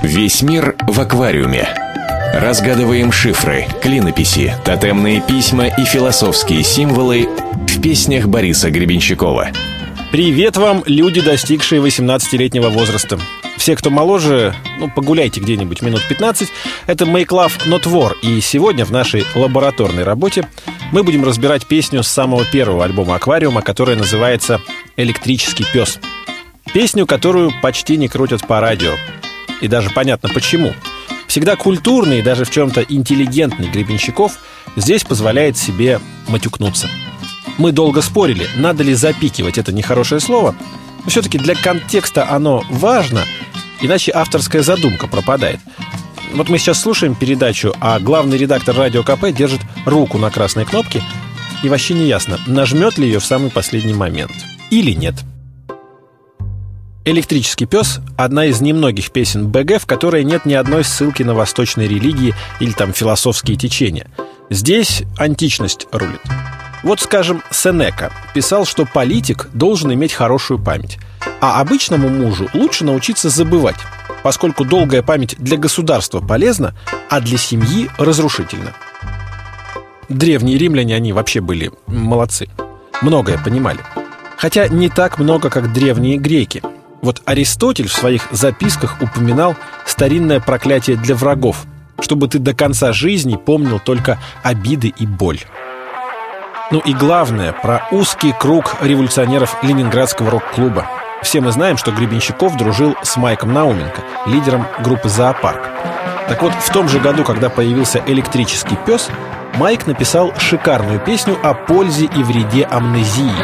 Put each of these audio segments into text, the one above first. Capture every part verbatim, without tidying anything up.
Весь мир в аквариуме. Разгадываем шифры, клинописи, тотемные письма и философские символы в песнях Бориса Гребенщикова. Привет вам, люди, достигшие восемнадцатилетнего возраста. Все, кто моложе, ну, погуляйте где-нибудь минут пятнадцать. Это Make Love Not War. И сегодня в нашей лабораторной работе мы будем разбирать песню с самого первого альбома «Аквариума», которая называется «Электрический пес». Песню, которую почти не крутят по радио. И даже понятно почему. Всегда культурный и даже в чем-то интеллигентный Гребенщиков здесь позволяет себе матюкнуться. Мы долго спорили, надо ли запикивать это нехорошее слово, но все-таки для контекста оно важно, иначе авторская задумка пропадает. Вот мы сейчас слушаем передачу, а главный редактор Радио ка пэ держит руку на красной кнопке, и вообще не ясно, нажмет ли ее в самый последний момент или нет. «Электрический пес» — одна из немногих песен бэ гэ, в которой нет ни одной ссылки на восточные религии или там философские течения. Здесь античность рулит. Вот, скажем, Сенека писал, что политик должен иметь хорошую память, а обычному мужу лучше научиться забывать, поскольку долгая память для государства полезна, а для семьи разрушительна. Древние римляне, они вообще были молодцы, многое понимали. Хотя не так много, как древние греки. Вот Аристотель в своих записках упоминал старинное проклятие для врагов, чтобы ты до конца жизни помнил только обиды и боль. Ну и главное, про узкий круг революционеров Ленинградского рок-клуба. Все мы знаем, что Гребенщиков дружил с Майком Науменко, лидером группы «Зоопарк». Так вот, в том же году, когда появился «Электрический пес», Майк написал шикарную песню о пользе и вреде амнезии.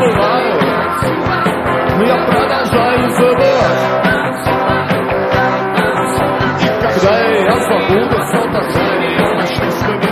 Но я продолжаю забывать. И когда я забуду, сознание я начну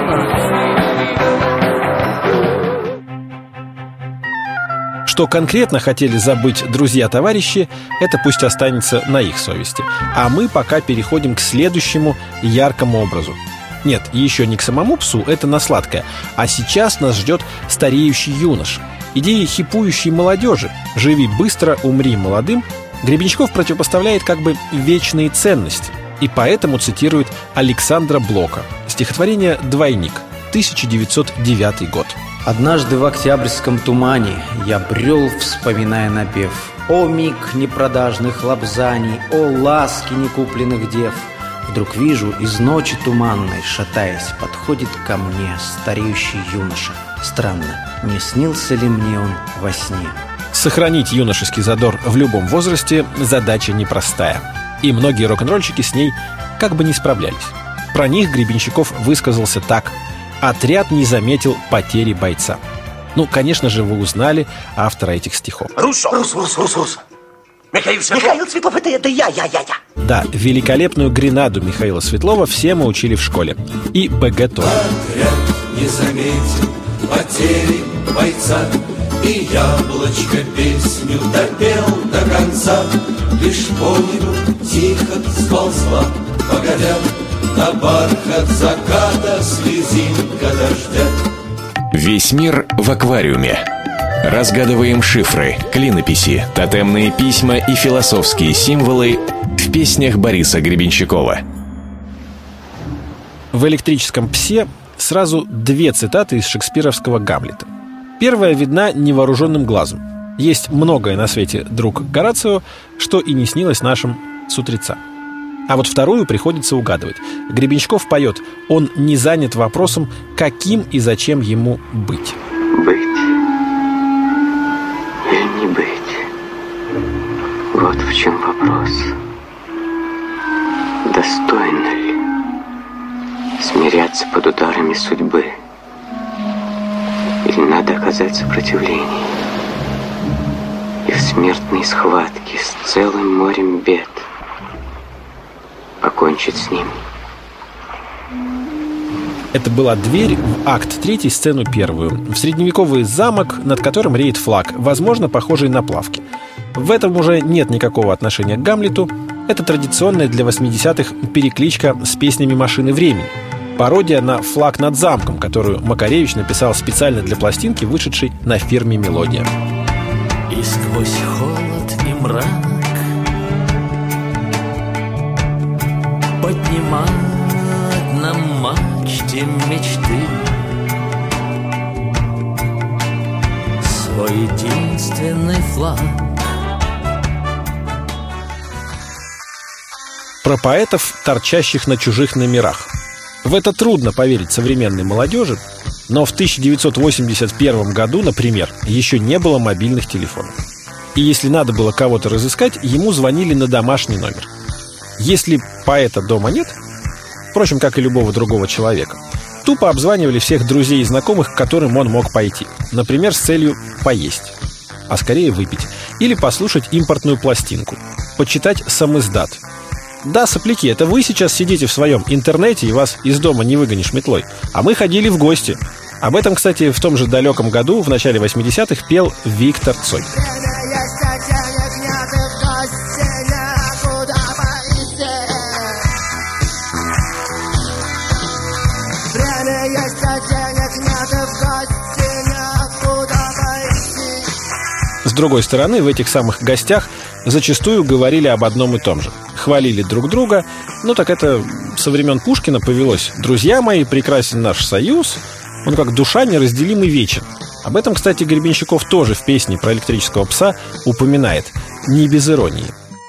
вспоминать. Что конкретно хотели забыть друзья-товарищи, это пусть останется на их совести. А мы пока переходим к следующему яркому образу. Нет, еще не к самому псу, это на сладкое. А сейчас нас ждет стареющий юноша. Идеи хипующей молодежи «Живи быстро, умри молодым» Гребенщиков противопоставляет как бы вечные ценности, и поэтому цитирует Александра Блока. Стихотворение «Двойник», тысяча девятьсот девятый год. Однажды в октябрьском тумане я брел, вспоминая напев: «О миг непродажных лобзаний, о ласки некупленных дев!» Вдруг вижу, из ночи туманной, шатаясь, подходит ко мне стареющий юноша. Странно, не снился ли мне он во сне? Сохранить юношеский задор в любом возрасте – задача непростая. И многие рок-н-ролльщики с ней как бы не справлялись. Про них Гребенщиков высказался так: «Отряд не заметил потери бойца». Ну, конечно же, вы узнали автора этих стихов. Руссо! Рус, Рус, Рус, Рус! Михаил Светлов! Михаил Светлов, это, это я, я, я, я! Да, великолепную гренаду Михаила Светлова все мы учили в школе. И бэ гэ тоже. Отряд не заметил потери бойца, и яблочко песню допел до конца. Лишь по небу тихо сползла, погодя, на бархат заката слезинка дождя. Весь мир в аквариуме. Разгадываем шифры, клинописи, тотемные письма и философские символы в песнях Бориса Гребенщикова. В «Электрическом псе» сразу две цитаты из шекспировского «Гамлета». Первая видна невооруженным глазом. Есть многое на свете, друг Горацио, что и не снилось нашим с утреца. А вот вторую приходится угадывать. Гребенщиков поет: он не занят вопросом, каким и зачем ему быть. Быть или не быть? Вот в чем вопрос. Достойно ли смиряться под ударами судьбы? Или надо оказать сопротивление и в смертной схватке с целым морем бед покончить с ним? Это была дверь в акт третий, сцену первую. В средневековый замок, над которым реет флаг, возможно, похожий на плавки. В этом уже нет никакого отношения к Гамлету. Это традиционная для восьмидесятых перекличка с песнями «Машины времени». Пародия на «Флаг над замком», которую Макаревич написал специально для пластинки, вышедшей на фирме «Мелодия». И сквозь холод и мрак поднимать на мачте мечты свой единственный флаг. Про поэтов, торчащих на чужих номерах. В это трудно поверить современной молодежи, но в тысяча девятьсот восемьдесят первом году, например, еще не было мобильных телефонов. И если надо было кого-то разыскать, ему звонили на домашний номер. Если поэта дома нет, впрочем, как и любого другого человека, тупо обзванивали всех друзей и знакомых, к которым он мог пойти. Например, с целью поесть, а скорее выпить, или послушать импортную пластинку, почитать самиздат. Да, сопляки, это вы сейчас сидите в своем интернете, и вас из дома не выгонишь метлой. А мы ходили в гости. Об этом, кстати, в том же далеком году, в начале восьмидесятых, пел Виктор Цой. С другой стороны, в этих самых гостях зачастую говорили об одном и том же. Хвалили друг друга. Ну так это со времен Пушкина повелось. «Друзья мои, прекрасен наш союз, он как душа неразделимый вечен». Об этом, кстати, Гребенщиков тоже в песне про электрического пса упоминает. Не без иронии.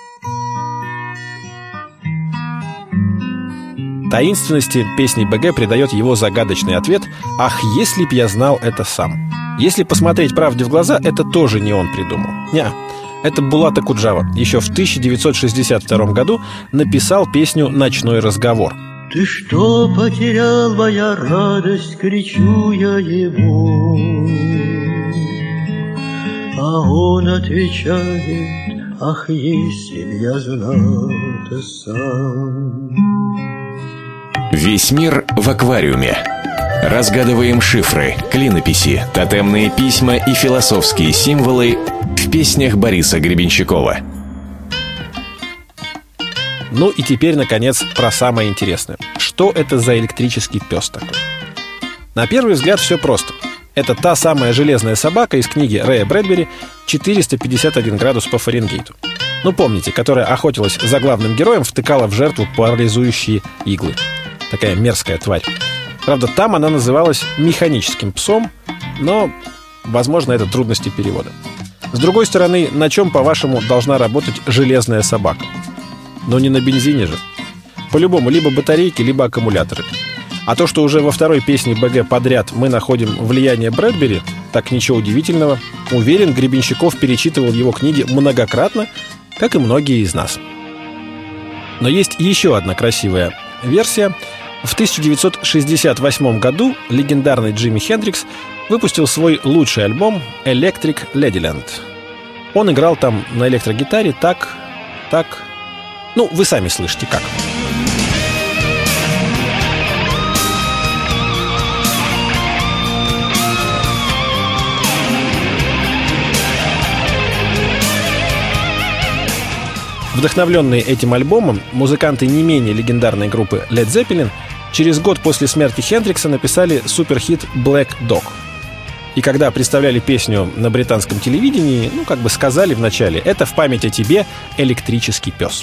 Таинственности песни БГ придает его загадочный ответ: «Ах, если б я знал это сам». Если посмотреть правде в глаза, это тоже не он придумал. Неа. Это Булат Акуджава еще в тысяча девятьсот шестьдесят втором году написал песню «Ночной разговор». «Ты что потерял, моя радость?» — кричу я ему. А он отвечает: «Ах, если б я знал это сам». Весь мир в аквариуме. Разгадываем шифры, клинописи, тотемные письма и философские символы в песнях Бориса Гребенщикова. Ну и теперь, наконец, про самое интересное. Что это за электрический пес такой? На первый взгляд все просто. Это та самая железная собака из книги Рэя Брэдбери «четыреста пятьдесят один градус по Фаренгейту». Ну, помните, которая охотилась за главным героем, втыкала в жертву парализующие иглы. Такая мерзкая тварь. Правда, там она называлась механическим псом, но, возможно, это трудности перевода. С другой стороны, на чем, по-вашему, должна работать железная собака? Но не на бензине же. По-любому, либо батарейки, либо аккумуляторы. А то, что уже во второй песне БГ подряд мы находим влияние Брэдбери, так ничего удивительного. Уверен, Гребенщиков перечитывал его книги многократно, как и многие из нас. Но есть еще одна красивая версия. В тысяча девятьсот шестьдесят восьмом году легендарный Джимми Хендрикс выпустил свой лучший альбом «Electric Ladyland». Он играл там на электрогитаре так, так... Ну, вы сами слышите как. Вдохновленные этим альбомом, музыканты не менее легендарной группы Led Zeppelin через год после смерти Хендрикса написали суперхит «Black Dog». И когда представляли песню на британском телевидении, ну, как бы сказали вначале: «Это в память о тебе, электрический пес».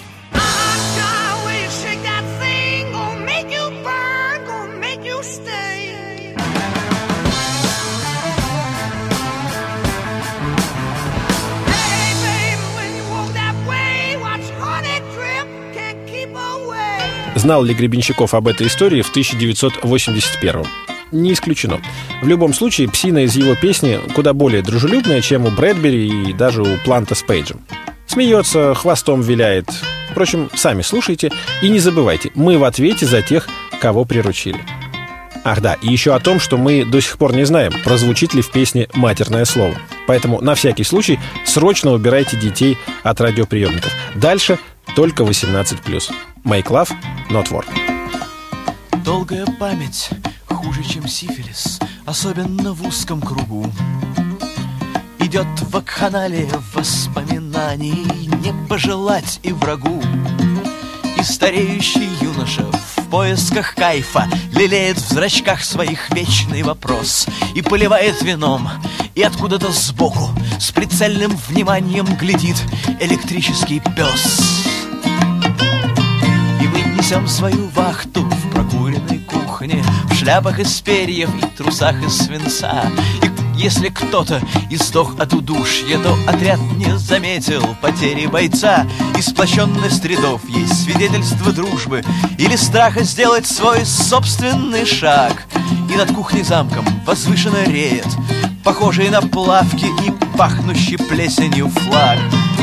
Знал ли Гребенщиков об этой истории в тысяча девятьсот восемьдесят первом? Не исключено. В любом случае, псина из его песни куда более дружелюбная, чем у Брэдбери и даже у Планта с Пейджем. Смеется, хвостом виляет. Впрочем, сами слушайте и не забывайте, мы в ответе за тех, кого приручили. Ах да, и еще о том, что мы до сих пор не знаем, прозвучит ли в песне матерное слово. Поэтому на всякий случай срочно убирайте детей от радиоприемников. Дальше только восемнадцать плюс. Make love, not war. Долгая память хуже, чем сифилис, особенно в узком кругу. Идет вакханалия воспоминаний, не пожелать и врагу. И стареющий юноша в поисках кайфа лелеет в зрачках своих вечный вопрос и поливает вином, и откуда-то сбоку с прицельным вниманием глядит электрический пес. несем свою вахту в прокуренной кухне, в шляпах из перьев и трусах из свинца. И если кто-то и сдох от удушья, то отряд не заметил потери бойца. И сплощенность рядов есть свидетельство дружбы или страха сделать свой собственный шаг. И над кухней замком возвышенно реет похожий на плавки и пахнущий плесенью флаг.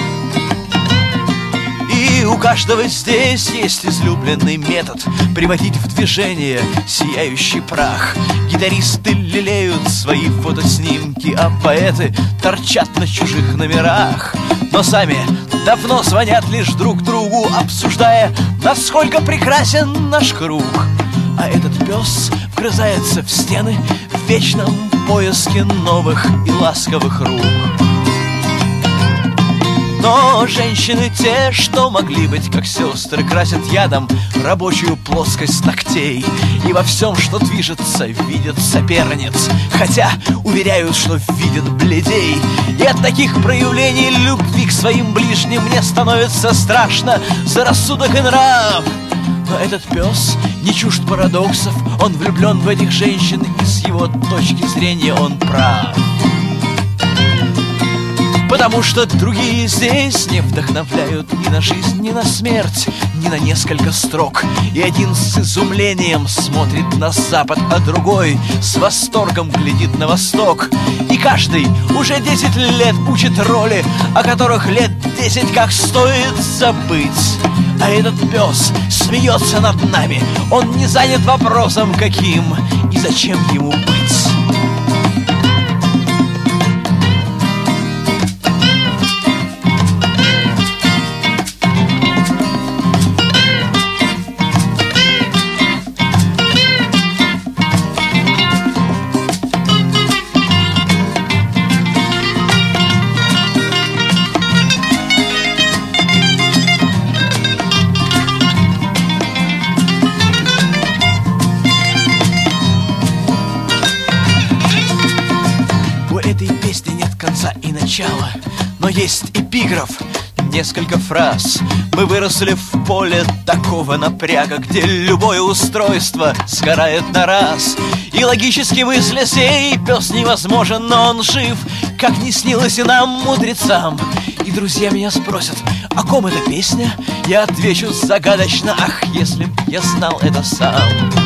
И у каждого здесь есть излюбленный метод приводить в движение сияющий прах. Гитаристы лелеют свои фотоснимки, а поэты торчат на чужих номерах. Но сами давно звонят лишь друг другу, обсуждая, насколько прекрасен наш круг. А этот пес вгрызается в стены в вечном поиске новых и ласковых рук. Но женщины те, что могли быть как сестры, красят ядом рабочую плоскость ногтей. И во всем, что движется, видят соперниц, хотя уверяют, что видят блядей. И от таких проявлений любви к своим ближним мне становится страшно за рассудок и нрав. Но этот пес не чужд парадоксов, он влюблен в этих женщин, и с его точки зрения он прав. Потому что другие здесь не вдохновляют ни на жизнь, ни на смерть, ни на несколько строк. И один с изумлением смотрит на запад, а другой с восторгом глядит на восток. И каждый уже десять лет учит роли, о которых лет десять как стоит забыть. А этот пес смеется над нами, он не занят вопросом, каким и зачем ему быть. И начало, но есть эпиграф, несколько фраз. Мы выросли в поле такого напряга, где любое устройство сгорает на раз. И логически мысля сей пес невозможен, но он жив, как не снилось и нам, мудрецам. И друзья меня спросят, о ком эта песня? Я отвечу загадочно, ах, если б я знал это сам.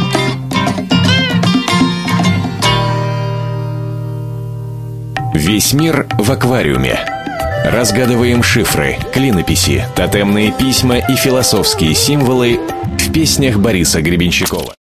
Весь мир в аквариуме. Разгадываем шифры, клинописи, тотемные письма и философские символы в песнях Бориса Гребенщикова.